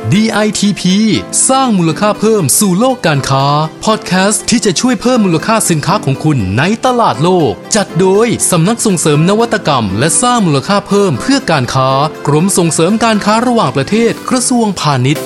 DITP สร้างมูลค่าเพิ่มสู่โลกการค้าพอดแคสต์ที่จะช่วยเพิ่มมูลค่าสินค้าของคุณในตลาดโลกจัดโดยสำนักส่งเสริมนวัตกรรมและสร้างมูลค่าเพิ่มเพื่อการค้ากรมส่งเสริมการค้าระหว่างประเทศกระทรวงพาณิชย์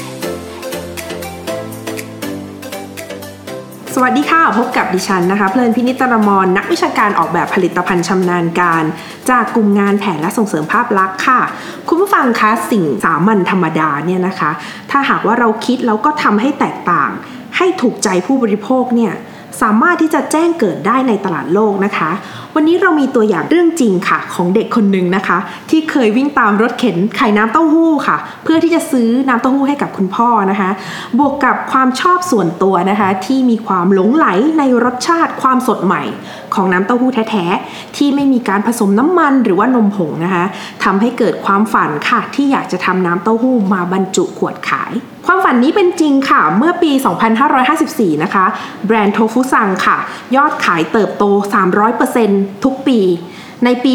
สวัสดีค่ะพบกับดิฉันนะคะเพลินพินิจ ตรมรนักวิชาการออกแบบผลิตภัณฑ์ชำนาญการจากกลุ่มงานแผนและส่งเสริมภาพลักษณ์ค่ะคุณผู้ฟังคะสิ่งสามัญธรรมดาเนี่ยนะคะถ้าหากว่าเราคิดแล้วก็ทำให้แตกต่างให้ถูกใจผู้บริโภคเนี่ยสามารถที่จะแจ้งเกิดได้ในตลาดโลกนะคะวันนี้เรามีตัวอย่างเรื่องจริงค่ะของเด็กคนนึงนะคะที่เคยวิ่งตามรถเข็นขายน้ำเต้าหู้ค่ะเพื่อที่จะซื้อน้ำเต้าหู้ให้กับคุณพ่อนะคะบวกกับความชอบส่วนตัวนะคะที่มีความหลงไหลในรสชาติความสดใหม่ของน้ำเต้าหู้แท้ๆที่ไม่มีการผสมน้ำมันหรือว่านมผงนะคะทำให้เกิดความฝันค่ะที่อยากจะทำน้ำเต้าหู้มาบรรจุขวดขายความฝันนี้เป็นจริงค่ะเมื่อปี 2554 นะคะแบรนด์โทฟุซังค่ะยอดขายเติบโต 300% ทุกปีในปี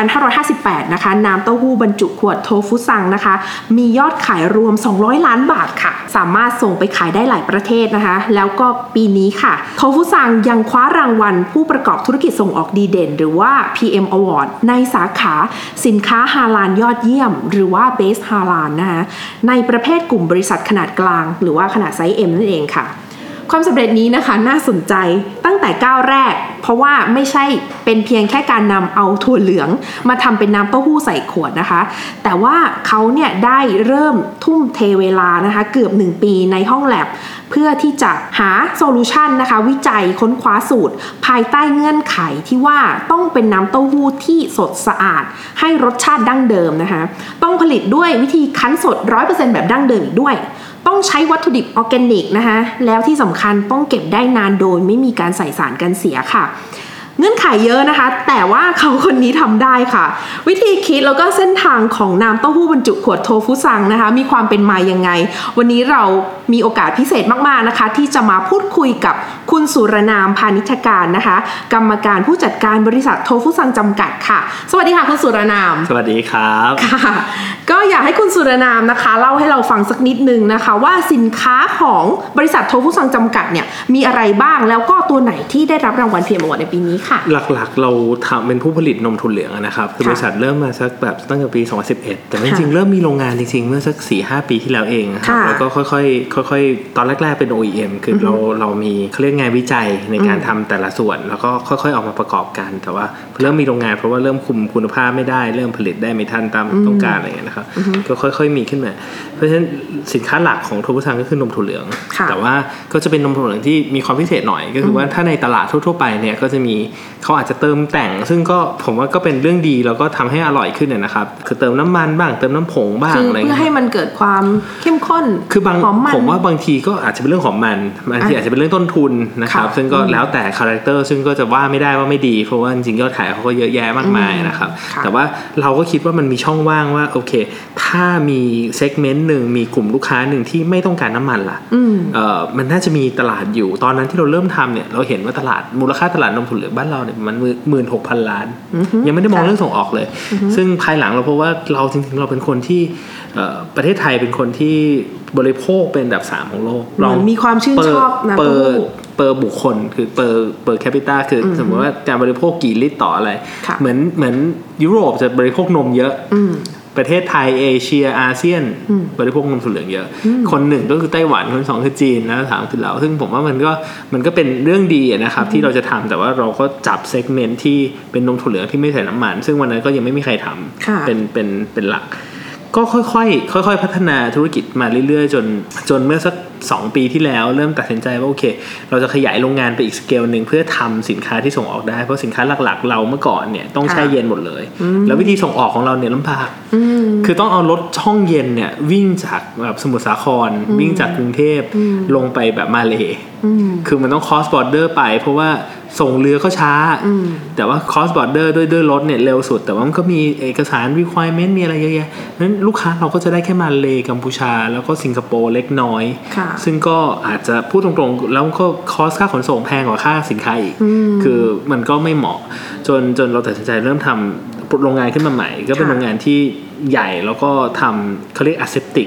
2558 นะคะน้ำเต้าหู้บรรจุขวดโทฟุซังนะคะมียอดขายรวม200 ล้านบาทค่ะสามารถส่งไปขายได้หลายประเทศนะคะแล้วก็ปีนี้ค่ะโทฟุซังยังคว้ารางวัลผู้ประกอบธุรกิจส่งออกดีเด่นหรือว่า PM Award ในสาขาสินค้าฮาลาลยอดเยี่ยมหรือว่า Best Halal นะคะในประเภทกลุ่มบริษัทขนาดกลางหรือว่าขนาดไซส์ M นั่นเองค่ะความสำเร็จนี้นะคะน่าสนใจตั้งแต่ก้าวแรกเพราะว่าไม่ใช่เป็นเพียงแค่การนำเอาถั่วเหลืองมาทำเป็นน้ำเต้าหู้ใส่ขวดนะคะแต่ว่าเขาเนี่ยได้เริ่มทุ่มเทเวลานะคะเกือบ1 ปีในห้องแลบเพื่อที่จะหาโซลูชันนะคะวิจัยค้นคว้าสูตรภายใต้เงื่อนไขที่ว่าต้องเป็นน้ำเต้าหู้ที่สดสะอาดให้รสชาติดั้งเดิมนะคะต้องผลิตด้วยวิธีคั้นสด 100% แบบดั้งเดิมอีกด้วยต้องใช้วัตถุดิบออร์แกนิกนะคะแล้วที่สำคัญต้องเก็บได้นานโดยไม่มีการใส่สารกันเสียค่ะเงื่อนไขเยอะนะคะแต่ว่าเขาคนนี้ทำได้ค่ะวิธีคิดแล้วก็เส้นทางของน้ำเต้าหู้บรรจุขวดโทฟุซังนะคะมีความเป็นมายังไงวันนี้เรามีโอกาสพิเศษมากๆนะคะที่จะมาพูดคุยกับคุณสุรนามพานิชการนะคะกรรมการผู้จัดการบริษัทโทฟุซังจำกัดค่ะสวัสดีค่ะคุณสุรนามสวัสดีครับค่ะก็อยากให้คุณสุรนามนะคะเล่าให้เราฟังสักนิดนึงนะคะว่าสินค้าของบริษัทโทฟุซังจำกัดเนี่ยมีอะไรบ้างแล้วก็ตัวไหนที่ได้รับรางวัล PM Award ในปีนี้ค่ะหลักๆเราทำเป็นผู้ผลิตนมถั่วเหลืองนะครับคือบริษัทเริ่มมาสักแบบตั้งแต่ปี 2011 แต่จริงๆเริ่มมีโรงงานจริงๆเมื่อสัก 4-5 ปีที่แล้วเองครับแล้วก็ค่อยๆตอนแรกๆเป็น OEM คือเรามีเขาเรียกงานวิจัยในการทำแต่ละส่วนแล้วก็ค่อยๆออกมาประกอบกันแต่ว่าเริ่มมีโรงงานเพราะว่าเริ่มคุมคุณภาพไม่ได้เริ่มผลิตได้ไม่ทันตามต้องการอะไรอย่างเงี้ยนะครับก็ค่อยๆมีขึ้นมาเพราะฉะนั้นสินค้าหลักของโทฟุซังก็คือนมถั่วเหลืองแต่ว่าก็จะเป็นนมถั่วเหลืองที่มีความพิเศษหน่อยก็คือว่าถ้าในตลาดทั่วๆไปเนี่ยก็จะมีเขาอาจจะเติมแต่งซึ่งก็ผมว่าก็เป็นเรื่องดีแล้วก็ทำให้อร่อยขึ้นนะครับคือเติมน้ำมันบ้างเติมน้ำผงบ้างอะไรเพื่อให้มันเกิดความเข้มข้นคือบางผมว่าบางทีก็อาจจะเป็นเรื่องของมันบางทีอาจจะเป็นเรื่องต้นทุนนะครับซึ่งก็แล้วแต่คาแรคเตอร์ซึ่งก็จะว่าไม่ได้ว่าไม่ดีเพราะว่าจริงๆยอดขายเขาก็เยอะแยะมากมายนะครับแต่ว่าเราก็คิดว่ามันมีช่องว่างว่าโอเคถ้ามีเซกเมนต์นึงมีกลุ่มลูกค้านึงที่ไม่ต้องการน้ำมันล่ะมันน่าจะมีตลาดอยู่ตอนนั้นที่เราเริ่มทำเนี่ยเราเห็นว่าตลาดมูลค่าตลาดนมถั่วเหลืองบ้านเราเนี่ยมัน 16,000 ล้านยังไม่ได้มองเรื่องส่งออกเลยซึ่งภายหลังเราพบว่าเราจริงๆเราเป็นคนที่ประเทศไทยเป็นคนที่บริโภคเป็นอันดับ3ของโลกเรามีความชื่นชอบนะเปอร์บุคคลคือเปอร์แคปิตาคือสมมติว่าการบริโภคกี่ลิตรต่ออะไรเหมือนยุโรปจะบริโภคนมเยอะประเทศไทยเอเชียอาเซียนบริโภคนมถั่วเหลืองเยอะคนหนึ่งก็คือไต้หวันคนสองคือจีนแล้วถามคือเราซึ่งผมว่ามันก็เป็นเรื่องดีนะครับที่เราจะทำแต่ว่าเราก็จับเซกเมนต์ที่เป็นนมถั่วเหลืองที่ไม่ใส่น้ำมันซึ่งวันนั้นก็ยังไม่มีใครทำเป็นหลักก็ค่อยๆพัฒนาธุรกิจมาเรื่อยๆจนเมื่อสัก2 ปีที่แล้วเริ่มตัดสินใจว่าโอเคเราจะขยายโรงงานไปอีกสเกลนึงเพื่อทำสินค้าที่ส่งออกได้เพราะสินค้าหลักๆเราเมื่อก่อนเนี่ยต้องแช่เย็นหมดเลยแล้ววิธีส่งออกของเราเนี่ยลำบากคือต้องเอารถช่องเย็นเนี่ยวิ่งจากแบบสมุทรสาครวิ่งจากกรุงเทพลงไปแบบมาเลคือมันต้อง cross border ไปเพราะว่าส่งเรือก็ช้าแต่ว่า cross border ด้วยรถเนี่ยเร็วสุดแต่ว่ามันก็มีเอกสาร requirement มีอะไรเยอะแยะนั้นลูกค้าเราก็จะได้แค่มาเลกัมพูชาแล้วก็สิงคโปร์เล็กน้อยซึ่งก็อาจจะพูดตรงๆแล้วก็คอสค่าขนส่งแพงกว่าค่าสินค้าอีกคือมันก็ไม่เหมาะจนเราตัดสินใจเริ่มทำโรงงานขึ้นมาใหม่ก็เป็นโรงงานที่ใหญ่แล้วก็ทำเขาเรียก aseptic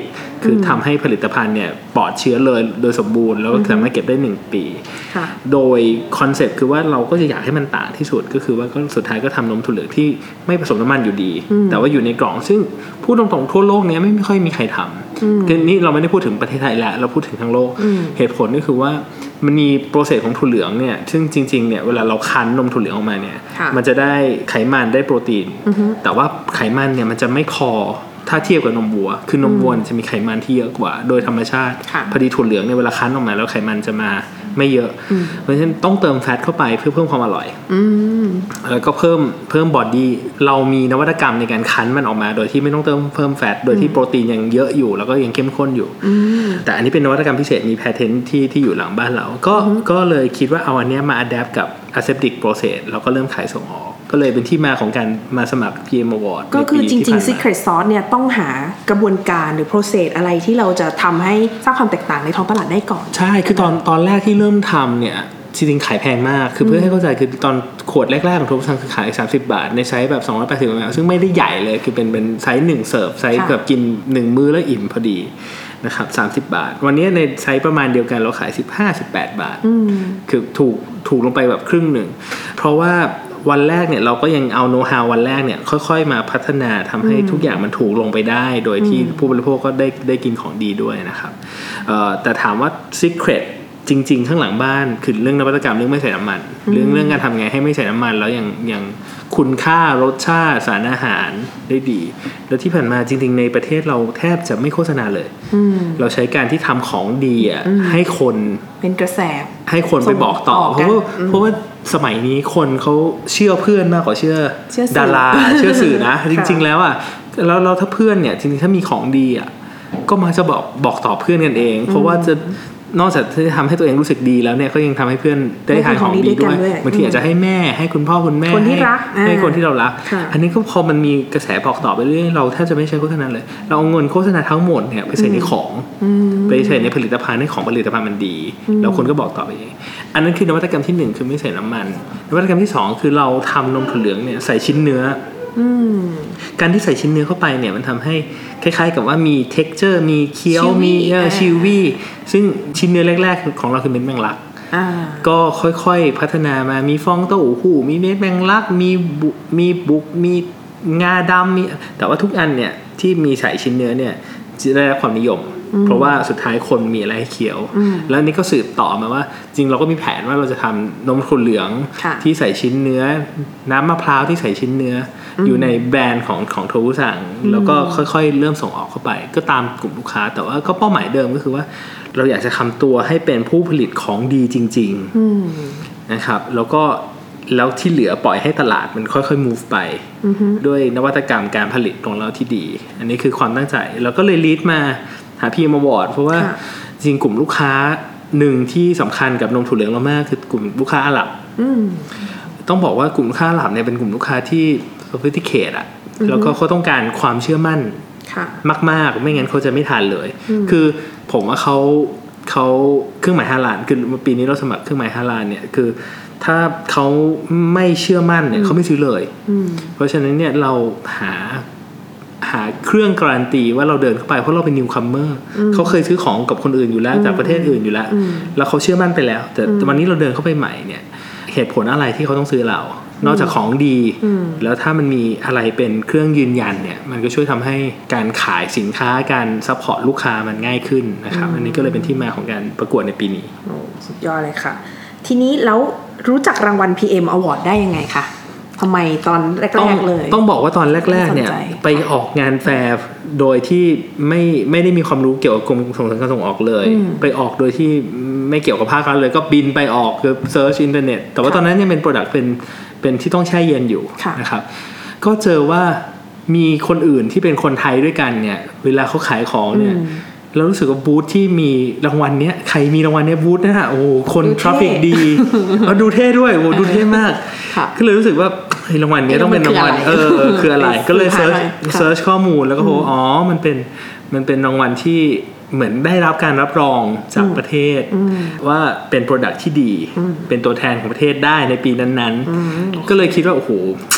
คือทำให้ผลิตภัณฑ์เนี่ยปลอดเชื้อเลยโดยสมบูรณ์แล้วก็สามารถเก็บได้1 ปีโดยคอนเซ็ปต์คือว่าเราก็จะอยากให้มันต่างที่สุดก็คือว่าก็สุดท้ายก็ทำนมถั่วเหลืองที่ไม่ผสมน้ำมันอยู่ดีแต่ว่าอยู่ในกล่องซึ่งพูดตรงๆทั่วโลกนี้ไม่ค่อยมีใครทำคือนี่เราไม่ได้พูดถึงประเทศไทยแล้วเราพูดถึงทั้งโลกเหตุผลก็คือว่ามันมีโปรเซสของถั่วเหลืองเนี่ยซึ่งจริงๆเนี่ยเวลาเราคั้นนมถั่วเหลืองออกมาเนี่ยมันจะได้ไขมันได้โปรตีนแต่ว่าไขมันเนี่ยมันจะไม่พอถ้าเทียบกับนมวัวคือนมวัวจะมีไขมันที่เยอะกว่าโดยธรรมชาติพอดีถั่วเหลืองเนี่ยเวลาคั้นออกมาแล้วไขมันจะมาไม่เยอะเพราะฉะนั้นต้องเติมแฟตเข้าไปเพื่อเพิ่มความอร่อยแล้วก็เพิ่มบอดี้เรามีนวัตกรรมในการคั้นมันออกมาโดยที่ไม่ต้องเพิ่มแฟตโดยที่โปรตีนยังเยอะอยู่แล้วก็ยังเข้มข้นอยู่แต่อันนี้เป็นนวัตกรรมพิเศษมีแพทเทนต์ที่อยู่หลังบ้านเราก็เลยคิดว่าเอาอันนี้มาอัดแอปกับ aseptic process แล้วก็เริ่มขายส่งออกก็เลยเป็นที่มาของการมาสมัคร PM Award ก็คือจริงๆ Secret Sauce เนี่ยต้องหากระบวนการหรือ process อะไรที่เราจะทำให้สร้างความแตกต่างในท้องตลาดได้ก่อนใช่คือตอนแรกที่เริ่มทำเนี่ยจริงๆขายแพงมากคือเพื่อให้เข้าใจคือตอนขวดแรกๆของทุกซังคือขาย30 บาทในไซส์แบบ280 ml ซึ่งไม่ได้ใหญ่เลยคือเป็นไซส์1เสิร์ฟไซส์แบบกิน1มื้อแล้วอิ่มพอดีนะครับ30 บาทวันนี้ในไซส์ประมาณเดียวกันเราขาย15-18 บาทคือถูกลงไปแบบครึ่งหนึ่งเพราะว่าวันแรกเนี่ยเราก็ยังเอาโน้ตฮาววันแรกเนี่ยค่อยๆมาพัฒนาทำให้ทุกอย่างมันถูกลงไปได้โดยที่ผู้บริโภคก็ได้กินของดีด้วยนะครับแต่ถามว่า Secret จริงๆข้างหลังบ้านคือเรื่องนวัตกรรมเรื่องไม่ใส่น้ำมันเรื่องการทำไงให้ไม่ใส่น้ำมันแล้วยังคุณค่ารสชาติสารอาหารได้ดีแล้วที่ผ่านมาจริงๆในประเทศเราแทบจะไม่โฆษณาเลยเราใช้การที่ทำของดีให้คนเป็นกระแสให้คนไปบอกต่อเพราะว่าสมัยนี้คนเขาเชื่อเพื่อนมากกว่าเชื่อดาราเชื่อสื่อนะจริงๆแล้วแล้วถ้าเพื่อนเนี่ยจริงๆถ้ามีของดีก็มาจะบอกต่อเพื่อนกันเองเพราะว่าจะนอกจากจะทำให้ตัวเองรู้สึกดีแล้วเนี่ยก็ยังทำให้เพื่อนได้ทานของดีด้วยบางทีอาจจะให้แม่ให้คุณพ่อคุณแม่คนที่รักให้คนที่เรารักอันนี้ก็พอมันมีกระแสบอกต่อไปเรื่อยเราแทบจะไม่ใช้โฆษณาเลยเราเอาเงินโฆษณาทั้งหมดเนี่ยไปใส่ในของไปใส่ในผลิตภัณฑ์ให้ของผลิตภัณฑ์มันดีแล้วคนก็บอกต่อไปเองอันนั้นคือนวัตกรรมที่1คือไม่ใส่น้ำมันนวัตกรรมที่2คือเราทำนมถั่วเหลืองเนี่ยใส่ชิ้นเนื้อการที่ใส่ชิ้นเนื้อเข้าไปเนี่ยมันทำให้คล้ายๆกับว่ามี texture มีเคี้ยวมีชิววี่ซึ่งชิ้นเนื้อแรกๆของเราคือเม็ดแมงลักก็ค่อยๆพัฒนามามีฟองเต้าหู้มีเม็ดแมงลักมีบุกมีงาดำมีแต่ว่าทุกอันเนี่ยที่มีใส่ชิ้นเนื้อเนี่ยจะได้รับความนิยมเพราะว่าสุดท้ายคนมีอะไรให้เคี้ยวแล้วนี่ก็สืบต่อมาว่าจริงเราก็มีแผนว่าเราจะทำนมถั่วเหลืองที่ใส่ชิ้นเนื้อน้ำมะพร้าวที่ใส่ชิ้นเนื้ออยู่ในแบรนด์ของโทบุซังแล้วก็ค่อยๆเริ่มส่งออกเข้าไปก็ตามกลุ่มลูกค้าแต่ว่าก็เป้าหมายเดิมก็คือว่าเราอยากจะทำตัวให้เป็นผู้ผลิตของดีจริงๆนะครับแล้วที่เหลือปล่อยให้ตลาดมันค่อยๆ move ไปด้วยนวัตกรรมการผลิตของเราที่ดีอันนี้คือความตั้งใจเราก็เลยลีดมาหา PM Award เพราะว่าจริงกลุ่มลูกค้าหนึ่งที่สำคัญกับนมถั่วเหลืองเรามากคือกลุ่มลูกค้าอาหรับต้องบอกว่ากลุ่มลูกค้าอาหรับเนี่ยเป็นกลุ่มลูกค้าที่ sophisticated แล้วก็เขาต้องการความเชื่อมั่นมากๆไม่งั้นเขาจะไม่ทานเลยคือผมว่าเขาเครื่องหมายฮาลาลคือปีนี้เราสมัครเครื่องหมายฮาลาลเนี่ยคือถ้าเขาไม่เชื่อมั่นเนี่ยเขาไม่ซื้อเลยเพราะฉะนั้นเนี่ยเราหาเครื่องการันตีว่าเราเดินเข้าไปเพราะเราเป็นนิวคัมเมอร์เขาเคยซื้อของกับคนอื่นอยู่แล้วจากประเทศอื่นอยู่แล้วแล้วเขาเชื่อมั่นไปแล้วแต่วันนี้เราเดินเข้าไปใหม่เนี่ยเหตุผลอะไรที่เขาต้องซื้อเรานอกจากของดีแล้วถ้ามันมีอะไรเป็นเครื่องยืนยันเนี่ยมันก็ช่วยทำให้การขายสินค้าการซัพพอร์ตลูกค้ามันง่ายขึ้นนะครับอันนี้ก็เลยเป็นที่มาของการประกวดในปีนี้สุดยอดเลยค่ะทีนี้แล้วรู้จักรางวัล PM Award ได้ยังไงคะทำไมตอนแรกๆเลยต้องบอกว่าตอนแรกๆเนี่ยไปออกงานแฟร์โดยที่ไม่ได้มีความรู้เกี่ยวกับกรมส่งเสริมการส่งออกเลยไปออกโดยที่ไม่เกี่ยวกับภาครัฐเลยก็บินไปออกคือเซิร์ชอินเทอร์เน็ตแต่ว่าตอนนั้นยังเป็นโปรดักต์เป็นที่ต้องแช่เย็นอยู่นะครับก็เจอว่ามีคนอื่นที่เป็นคนไทยด้วยกันเนี่ยเวลาเขาขายของเนี่ยเรารู้สึกว่าบูธที่มีรางวัลเนี้ยใครมีรางวัลเนี้ยบูธนะฮะโอ้คนทราฟฟิกดีแล้วดูเท่ด้วยโอ้ดูเท่มากก็เลยรู้สึกว่ารางวัลเนี้ยต้องเป็นรางวัลคืออะไรก็เลยเซิร์ชข้อมูลแล้วก็พบอ๋อมันเป็นรางวัลที่เหมือนได้รับการรับรองจากประเทศว่าเป็นโปรดักต์ที่ดีเป็นตัวแทนของประเทศได้ในปีนั้นๆก็เลยคิดว่าโอ้โห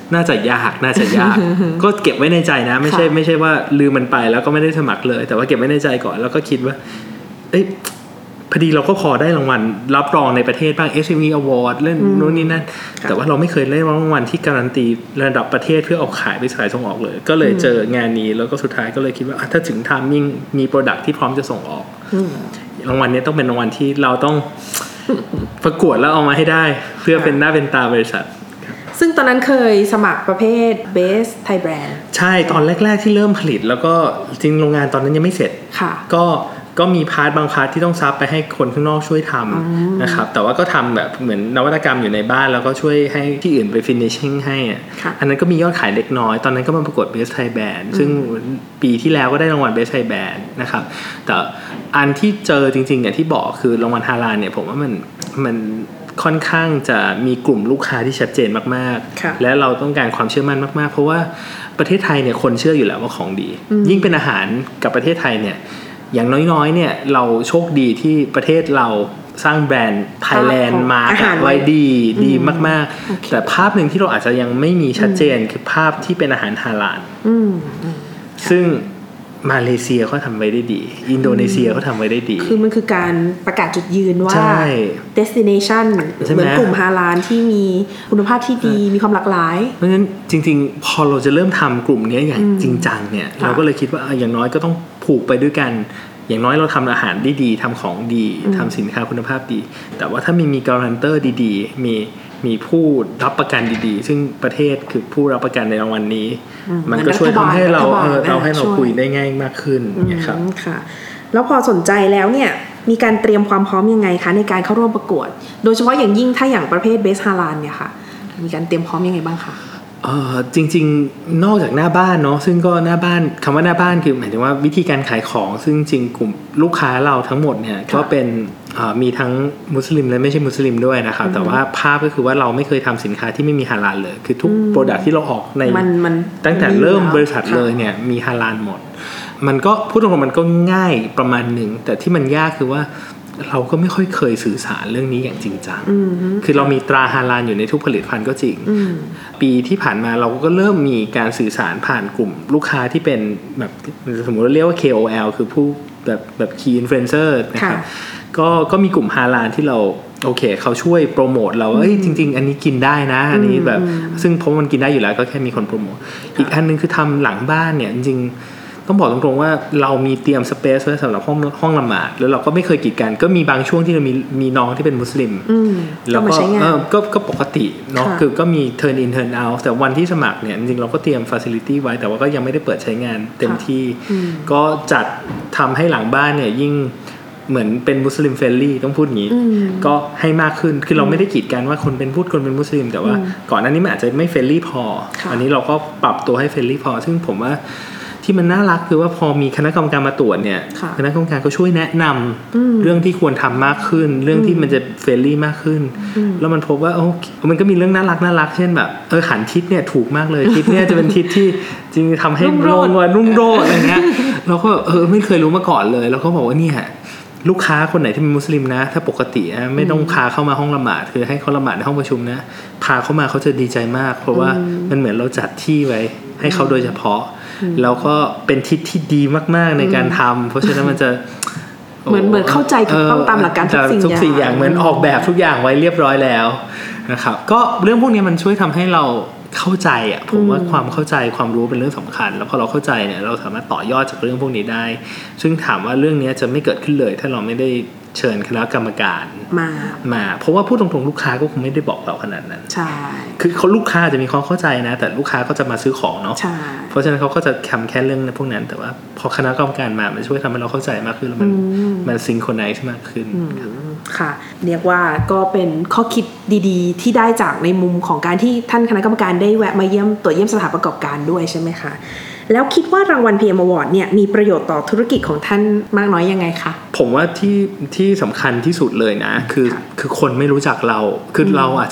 น่าจะยาก ก็เก็บไว้ในใจนะไม่ใช่ว่าลืมมันไปแล้วก็ไม่ได้สมัครเลยแต่ว่าเก็บไว้ในใจก่อนแล้วก็คิดว่าเอ้ยพอดีเราก็พอได้รางวัลรับรองในประเทศบ้าง SME Award เล่นโน่นนี่นั่นแต่ว่าเราไม่เคยได้รางวัลที่การันตีระดับประเทศเพื่อเอาขายไปขายส่งออกเลยก็เลยเจองานนี้แล้วก็สุดท้ายก็เลยคิดว่าถ้าถึงไทมิ่งมีโปรดักต์ที่พร้อมจะส่งออกรางวัลนี้ต้องเป็นรางวัลที่เราต้องประกวดแล้วเอามาให้ได้เพื่อเป็นหน้าเป็นตาบริษัทซึ่งตอนนั้นเคยสมัครประเภท Best Thai Brand ใช่ตอนแรกๆที่เริ่มผลิตแล้วก็จริงโรงงานตอนนั้นยังไม่เสร็จก็มีพาร์ทบางพาร์ทที่ต้องซับไปให้คนข้างนอกช่วยทำนะครับแต่ว่าก็ทำแบบเหมือนนวัตกรรมอยู่ในบ้านแล้วก็ช่วยให้ที่อื่นไป finishing ให้อันนั้นก็มียอดขายเล็กน้อยตอนนั้นก็มาประกวด Best Thai Brand ซึ่งปีที่แล้วก็ได้รางวัล Best Thai Brand นะครับแต่อันที่เจอจริงๆอย่างที่บอกคือรางวัลฮาลาลเนี่ยผมว่ามันค่อนข้างจะมีกลุ่มลูกค้าที่ชัดเจนมากๆและเราต้องการความเชื่อมั่นมากๆเพราะว่าประเทศไทยเนี่ยคนเชื่ออยู่แล้วว่าของดียิ่งเป็นอาหารกับประเทศไทยเนี่ยอย่างน้อยๆเนี่ยเราโชคดีที่ประเทศเราสร้างแบรนด์ Thailand มาไว้ดีมากๆแต่ภาพหนึ่งที่เราอาจจะยังไม่มีชัดเจนคือภาพที่เป็นอาหารฮาลาลซึ่งมาเลเซียเขาทำไว้ได้ดีอินโดนีเซียเขาทำไว้ได้ดีคือมันคือการประกาศจุดยืนว่า destination เหมือนกลุ่มฮาลาลที่มีคุณภาพที่ดีมีความหลากหลายเพราะฉะนั้นจริงๆพอเราจะเริ่มทำกลุ่มนี้อย่างจริงจังเนี่ยเราก็เลยคิดว่าอย่างน้อยก็ต้องผูกไปด้วยกันอย่างน้อยเราทำอาหารได้ดีทำของดีทำสินค้าคุณภาพดีแต่ว่าถ้ามีการันเตอร์ดีๆมีผู้รับประกันดีๆซึ่งประเทศคือผู้รับประกันในรางวัลนี้มันก็ช่วยทำให้เราคุยได้ง่ายมากขึ้นนะครับค่ะแล้วพอสนใจแล้วเนี่ยมีการเตรียมความพร้อมยังไงคะในการเข้าร่วมประกวดโดยเฉพาะอย่างยิ่งถ้าอย่างประเภท Best Halal เนี่ยค่ะมีการเตรียมพร้อมยังไงบ้างคะจริงๆนอกจากหน้าบ้านเนาะซึ่งก็หน้าบ้านคำว่าหน้าบ้านคือหมายถึงว่าวิธีการขายของซึ่งจริงกลุ่มลูกค้าเราทั้งหมดเนี่ยก็เป็นมีทั้งมุสลิมและไม่ใช่มุสลิมด้วยนะครับแต่ว่าภาพก็คือว่าเราไม่เคยทำสินค้าที่ไม่มีฮาลาลเลยคือทุกโปรดักต์ที่เราออกในตั้งแต่เริ่มบริษัทเลยเนี่ยมีฮาลาลหมดมันก็พูดตรงๆมันก็ง่ายประมาณหนึ่งแต่ที่มันยากคือว่าเราก็ไม่ค่อยเคยสื่อสารเรื่องนี้อย่างจริงจังคือเรามีตราฮาลาลอยู่ในทุกผลิตภัณฑ์ก็จริงปีที่ผ่านมาเราก็เริ่มมีการสื่อสารผ่านกลุ่มลูกค้าที่เป็นแบบสมมุติเราเรียกว่า KOL คือผู้แบบ Key Influencer นะครับก็มีกลุ่มฮาลาลที่เราโอเคเขาช่วยโปรโมทเราว่าจริงๆอันนี้กินได้นะอันนี้แบบซึ่งเพราะมันกินได้อยู่แล้วก็แค่มีคนโปรโมทอีกอันนึงคือทำหลังบ้านเนี่ยจริงต้องบอกตรงๆว่าเรามีเตรียมสเปซไว้สำหรับห้องละหมาดแล้วเราก็ไม่เคยกีดกันก็มีบางช่วงที่เรามีน้องที่เป็นมุสลิมแล้วก็ปกติเนาะคือก็มี turn in turn out แต่วันที่สมัครเนี่ยจริงๆเราก็เตรียม facility ไว้แต่ว่าก็ยังไม่ได้เปิดใช้งานเต็มที่ก็จัดทำให้หลังบ้านเนี่ยยิ่งเหมือนเป็นมุสลิมเฟรนลี่ต้องพูดอย่างนี้ก็ให้มากขึ้นคือเราไม่ได้กีดกันว่าคนเป็นมุสลิมแต่ว่าก่อนหน้านี้มันอาจจะไม่เฟรนลี่พออันนี้เราก็ปรับตัวให้เฟรนลี่พอซึ่งผมว่าที่มันน่ารักคือว่าพอมีคณะกรรมการมาตรวจเนี่ยคณะกรรมการก็ช่วยแนะนำเรื่องที่ควรทำมากขึ้นเรื่องที่มันจะเฟรนลี่มากขึ้นแล้วมันพบว่ามันก็มีเรื่องน่ารักเช่นแบบหันทิศเนี่ยถูกมากเลยทิศเนี่ยจะเป็นทิศที่จริงทำให้รุ่งโรจน์อะไรเงี้ยเราก็ไม่เคยรู้มาก่อนเลยแล้วเขาบอกว่าเนี่ยลูกค้าคนไหนที่เป็นมุสลิมนะถ้าปกติไม่ต้องพาเข้ามาห้องละหมาดคือให้เขาละหมาดในห้องประชุมนะพาเข้ามาเขาจะดีใจมากเพราะว่ามันเหมือนเราจัดที่ไว้ให้เขาโดยเฉพาะแล้วก็เป็นทิศที่ดีมากๆในการทำเพราะฉะนั้นมันจะเหมือนเข้าใจถูกต้องตามหลักการทุกสิ่งอย่างเหมือนออกแบบทุกอย่างไว้เรียบร้อยแล้วนะครับก็เรื่องพวกนี้มันช่วยทำให้เราเข้าใจผมว่าความเข้าใจความรู้เป็นเรื่องสำคัญแล้วพอเราเข้าใจเนี่ยเราสามารถต่อยอดจากเรื่องพวกนี้ได้ซึ่งถามว่าเรื่องนี้จะไม่เกิดขึ้นเลยถ้าเราไม่ได้เชิญคณะกรรมการมาเพราะว่าพูดตรงๆลูกค้าก็คงไม่ได้บอกเราขนาดนั้นใช่คือลูกค้าจะมีความเข้าใจนะแต่ลูกค้าก็จะมาซื้อของเนาะเพราะฉะนั้นเขาก็จะทำแค่เรื่องในพวกนั้นแต่ว่าพอคณะกรรมการมามันช่วยทำให้เราเข้าใจมากขึ้นแล้วมันซิงโครไนซ์มากขึ้นค่ะเรียกว่าก็เป็นข้อคิดดีๆที่ได้จากในมุมของการที่ท่านคณะกรรมการได้แวะมาเยี่ยมสถานประกอบการด้วยใช่ไหมคะแล้วคิดว่ารางวัล PM Award เนี่ยมีประโยชน์ต่อธุรกิจของท่านมากน้อยยังไงคะผมว่าที่สำคัญที่สุดเลยนะคือคนไม่รู้จักเราคือเราอาจจะ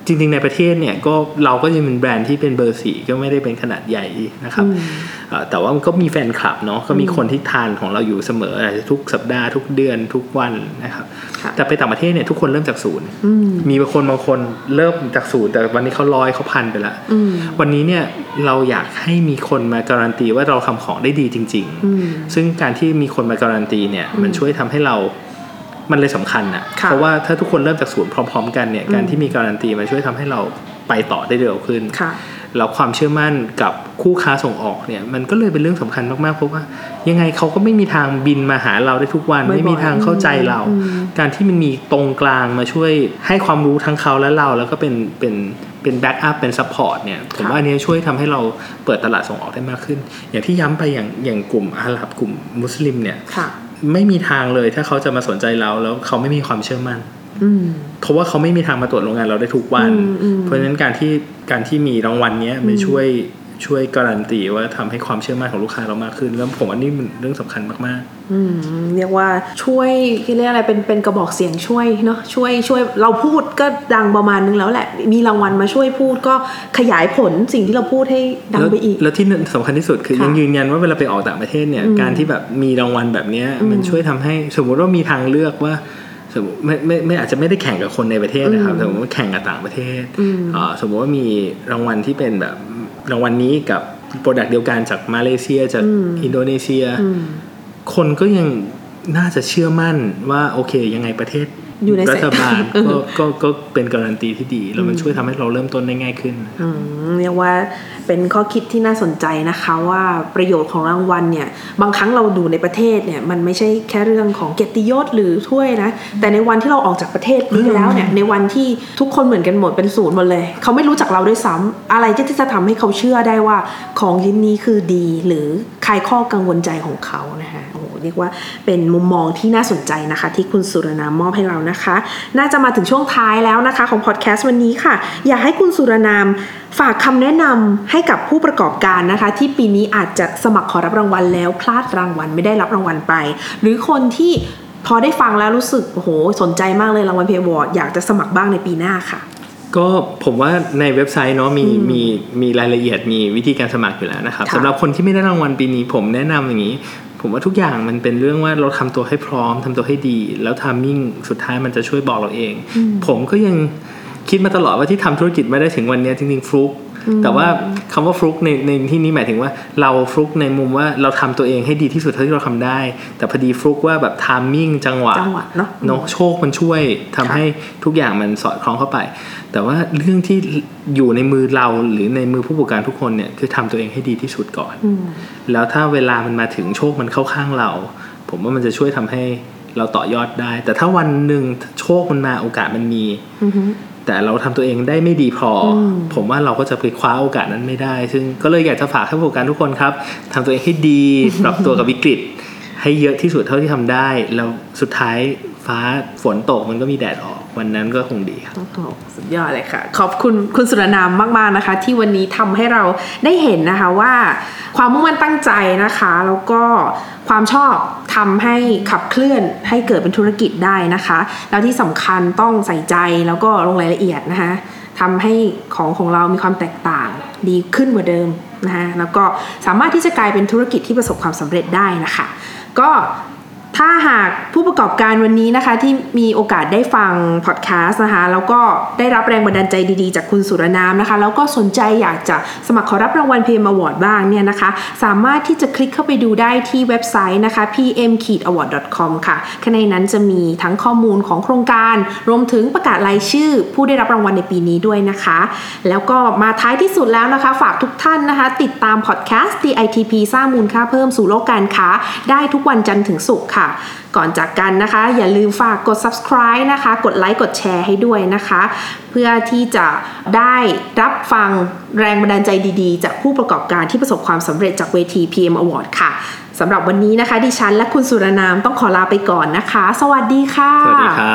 จริงๆในประเทศเนี่ยก็เราก็ยังเป็นแบรนด์ที่เป็นเบอร์4ก็ไม่ได้เป็นขนาดใหญ่นะครับแต่ว่ามันก็มีแฟนคลับเนาะก็มีคนที่ทานของเราอยู่เสมอทุกสัปดาห์ทุกเดือนทุกวันนะครับแต่ไปต่างประเทศเนี่ยทุกคนเริ่มจากศูนย์มีบางคนเริ่มจากศูนย์แต่วันนี้เขา100เขาพันไปละวันนี้เนี่ยเราอยากให้มีคนมาการันตีว่าเราทำของได้ดีจริงๆซึ่งการที่มีคนมาการันตีเนี่ยมันช่วยทำให้เรามันเลยสำคัญนะเพราะว่าถ้าทุกคนเริ่มจากศูนย์พร้อมๆกันเนี่ยการที่มีการันตีมันช่วยทำให้เราไปต่อได้เร็วขึ้นแล้วความเชื่อมั่นกับคู่ค้าส่งออกเนี่ยมันก็เลยเป็นเรื่องสำคัญมากๆเพราะว่ายังไงเขาก็ไม่มีทางบินมาหาเราได้ทุกวันไม่มีทางเข้าใจเราการที่มันมีตรงกลางมาช่วยให้ความรู้ทั้งเขาและเราแล้วก็เป็นแบ็กอัพเป็นซัพพอร์ตเนี่ยผมว่าอันนี้ช่วยทำให้เราเปิดตลาดส่งออกได้มากขึ้นอย่างที่ย้ำไปอย่างกลุ่มอาหรับกลุ่มมุสลิมเนี่ยไม่มีทางเลยถ้าเขาจะมาสนใจเราแล้วเขาไม่มีความเชื่อมั่นเพราะว่าเขาไม่มีทางมาตรวจโรงงานเราได้ทุกวันเพราะฉะนั้นการที่มีรางวัลนี้มันช่วยการันตีว่าทำให้ความเชื่อมั่นของลูกค้าเรามากขึ้นแล้วผมว่านี่เป็นเรื่องสำคัญมากๆเรียกว่าช่วยเรียกอะไรเป็นกระบอกเสียงช่วยเนาะช่วยเราพูดก็ดังประมาณนึงแล้วแหละมีรางวัลมาช่วยพูดก็ขยายผลสิ่งที่เราพูดให้ดังไปอีกแล้วที่สำคัญที่สุดคือยังยืนยันว่าเวลาไปออกต่างประเทศเนี่ยการที่แบบมีรางวัลแบบนี้มันช่วยทำให้สมมติว่ามีทางเลือกว่าสมมติไม่อาจจะไม่ได้แข่งกับคนในประเทศนะครับสมมติว่าแข่งกับต่างประเทศสมมติว่ามีรางวัลที่เป็นแบบรางวัลนี้กับโปรดักต์เดียวกันจากมาเลเซียจากอินโดนีเซียคนก็ยังน่าจะเชื่อมั่นว่าโอเคยังไงประเทศรัฐบาลก็เป็นการันตีที่ดีแล้วมันช่วยทำให้เราเริ่มต้นได้ง่ายขึ้นเรียกว่าเป็นข้อคิดที่น่าสนใจนะคะว่าประโยชน์ของรางวัลเนี่ยบางครั้งเราดูในประเทศเนี่ยมันไม่ใช่แค่เรื่องของเกียรติยศหรือถ้วยนะแต่ในวันที่เราออกจากประเทศนี้แล้วเนี่ยในวันที่ทุกคนเหมือนกันหมดเป็นศูนย์หมดเลยเขาไม่รู้จักเราด้วยซ้ำอะไรที่จะทำให้เขาเชื่อได้ว่าของชิ้นนี้คือดีหรือคลายข้อกังวลใจของเขานะคะเรียกว่าเป็นมุมมองที่น่าสนใจนะคะที่คุณสุรนามมอบให้เรานะคะน่าจะมาถึงช่วงท้ายแล้วนะคะของพอดแคสต์วันนี้ค่ะอยากให้คุณสุรนามฝากคำแนะนำให้กับผู้ประกอบการนะคะที่ปีนี้อาจจะสมัครขอรับรางวัลแล้วพลาดรางวัลไม่ได้รับรางวัลไปหรือคนที่พอได้ฟังแล้วรู้สึกโอ้โหสนใจมากเลยรางวัลเพย์วอร์ดอยากจะสมัครบ้างในปีหน้าค่ะก็ผมว่าในเว็บไซต์เนาะมีรายละเอียดมีวิธีการสมัครอยู่แล้วนะครับสำหรับคนที่ไม่ได้รางวัลปีนี้ผมแนะนำอย่างนี้ผมว่าทุกอย่างมันเป็นเรื่องว่าเราทำตัวให้พร้อมทำตัวให้ดีแล้วไทมิ่งสุดท้ายมันจะช่วยบอกเราเองผมก็ยังคิดมาตลอดว่าที่ทำธุรกิจมาได้ถึงวันนี้จริงๆฟลุกแต่ว่าคำว่าฟลุกในที่นี้หมายถึงว่าเราฟลุกในมุมว่าเราทำตัวเองให้ดีที่สุดเท่าที่เราทำได้แต่พอดีฟลุกว่าแบบไทมิ่งจังหวะเนาะโชคมันช่วยทำให้ทุกอย่างมันสอดคล้องเข้าไปแต่ว่าเรื่องที่อยู่ในมือเราหรือในมือผู้ประกอบการทุกคนเนี่ยคือทำตัวเองให้ดีที่สุดก่อนแล้วถ้าเวลามันมาถึงโชคมันเข้าข้างเราผมว่ามันจะช่วยทำให้เราต่อยอดได้แต่ถ้าวันหนึ่งโชคมันมาโอกาสมันมีแต่เราทำตัวเองได้ไม่ดีพอผมว่าเราก็จะไปคว้าโอกาสนั้นไม่ได้ซึ่งก็เลยอยากจะฝากให้ผู้ประกอบการทุกคนครับทำตัวเองให้ดี ปรับตัวกับวิกฤตให้เยอะที่สุดเท่าที่ทำได้แล้วสุดท้ายฟ้าฝนตกมันก็มีแดดออกวันนั้นก็คงดีครับสุดยอดเลยค่ะขอบคุณคุณสุรนามมากๆนะคะที่วันนี้ทำให้เราได้เห็นนะคะว่าความมุ่งมั่นตั้งใจนะคะแล้วก็ความชอบทำให้ขับเคลื่อนให้เกิดเป็นธุรกิจได้นะคะแล้วที่สำคัญต้องใส่ใจแล้วก็ลงรายละเอียดนะคะทำให้ของเรามีความแตกต่างดีขึ้นกว่าเดิมนะคะแล้วก็สามารถที่จะกลายเป็นธุรกิจที่ประสบความสำเร็จได้นะคะก็ถ้าหากผู้ประกอบการวันนี้นะคะที่มีโอกาสได้ฟังพอดแคสต์นะคะแล้วก็ได้รับแรงบันดาลใจดีๆจากคุณสุรนามนะคะแล้วก็สนใจอยากจะสมัครขอรับรางวัล PM Award บ้างเนี่ยนะคะสามารถที่จะคลิกเข้าไปดูได้ที่เว็บไซต์นะคะ pm-award.com ค่ะข้างในนั้นจะมีทั้งข้อมูลของโครงการรวมถึงประกาศรายชื่อผู้ได้รับรางวัลในปีนี้ด้วยนะคะแล้วก็มาท้ายที่สุดแล้วนะคะฝากทุกท่านนะคะติดตามพอดแคสต์ DITP สร้างมูลค่าเพิ่มสู่โลกการค้าได้ทุกวันจันทร์ถึงศุกร์ค่ะก่อนจากกันนะคะอย่าลืมฝากกด subscribe นะคะกดไลค์กดแชร์ให้ด้วยนะคะเพื่อที่จะได้รับฟังแรงบันดาลใจดีๆจากผู้ประกอบการที่ประสบความสำเร็จจากเวที PM Award ค่ะสำหรับวันนี้นะคะดิฉันและคุณสุรนามต้องขอลาไปก่อนนะคะสวัสดีค่ะสวัสดีครับ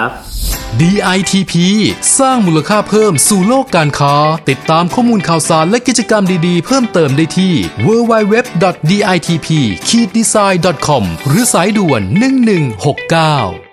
DITP สร้างมูลค่าเพิ่มสู่โลกการค้าติดตามข้อมูลข่าวสารและกิจกรรมดีๆเพิ่มเติมได้ที่ www.ditp-design.com หรือสายด่วน1169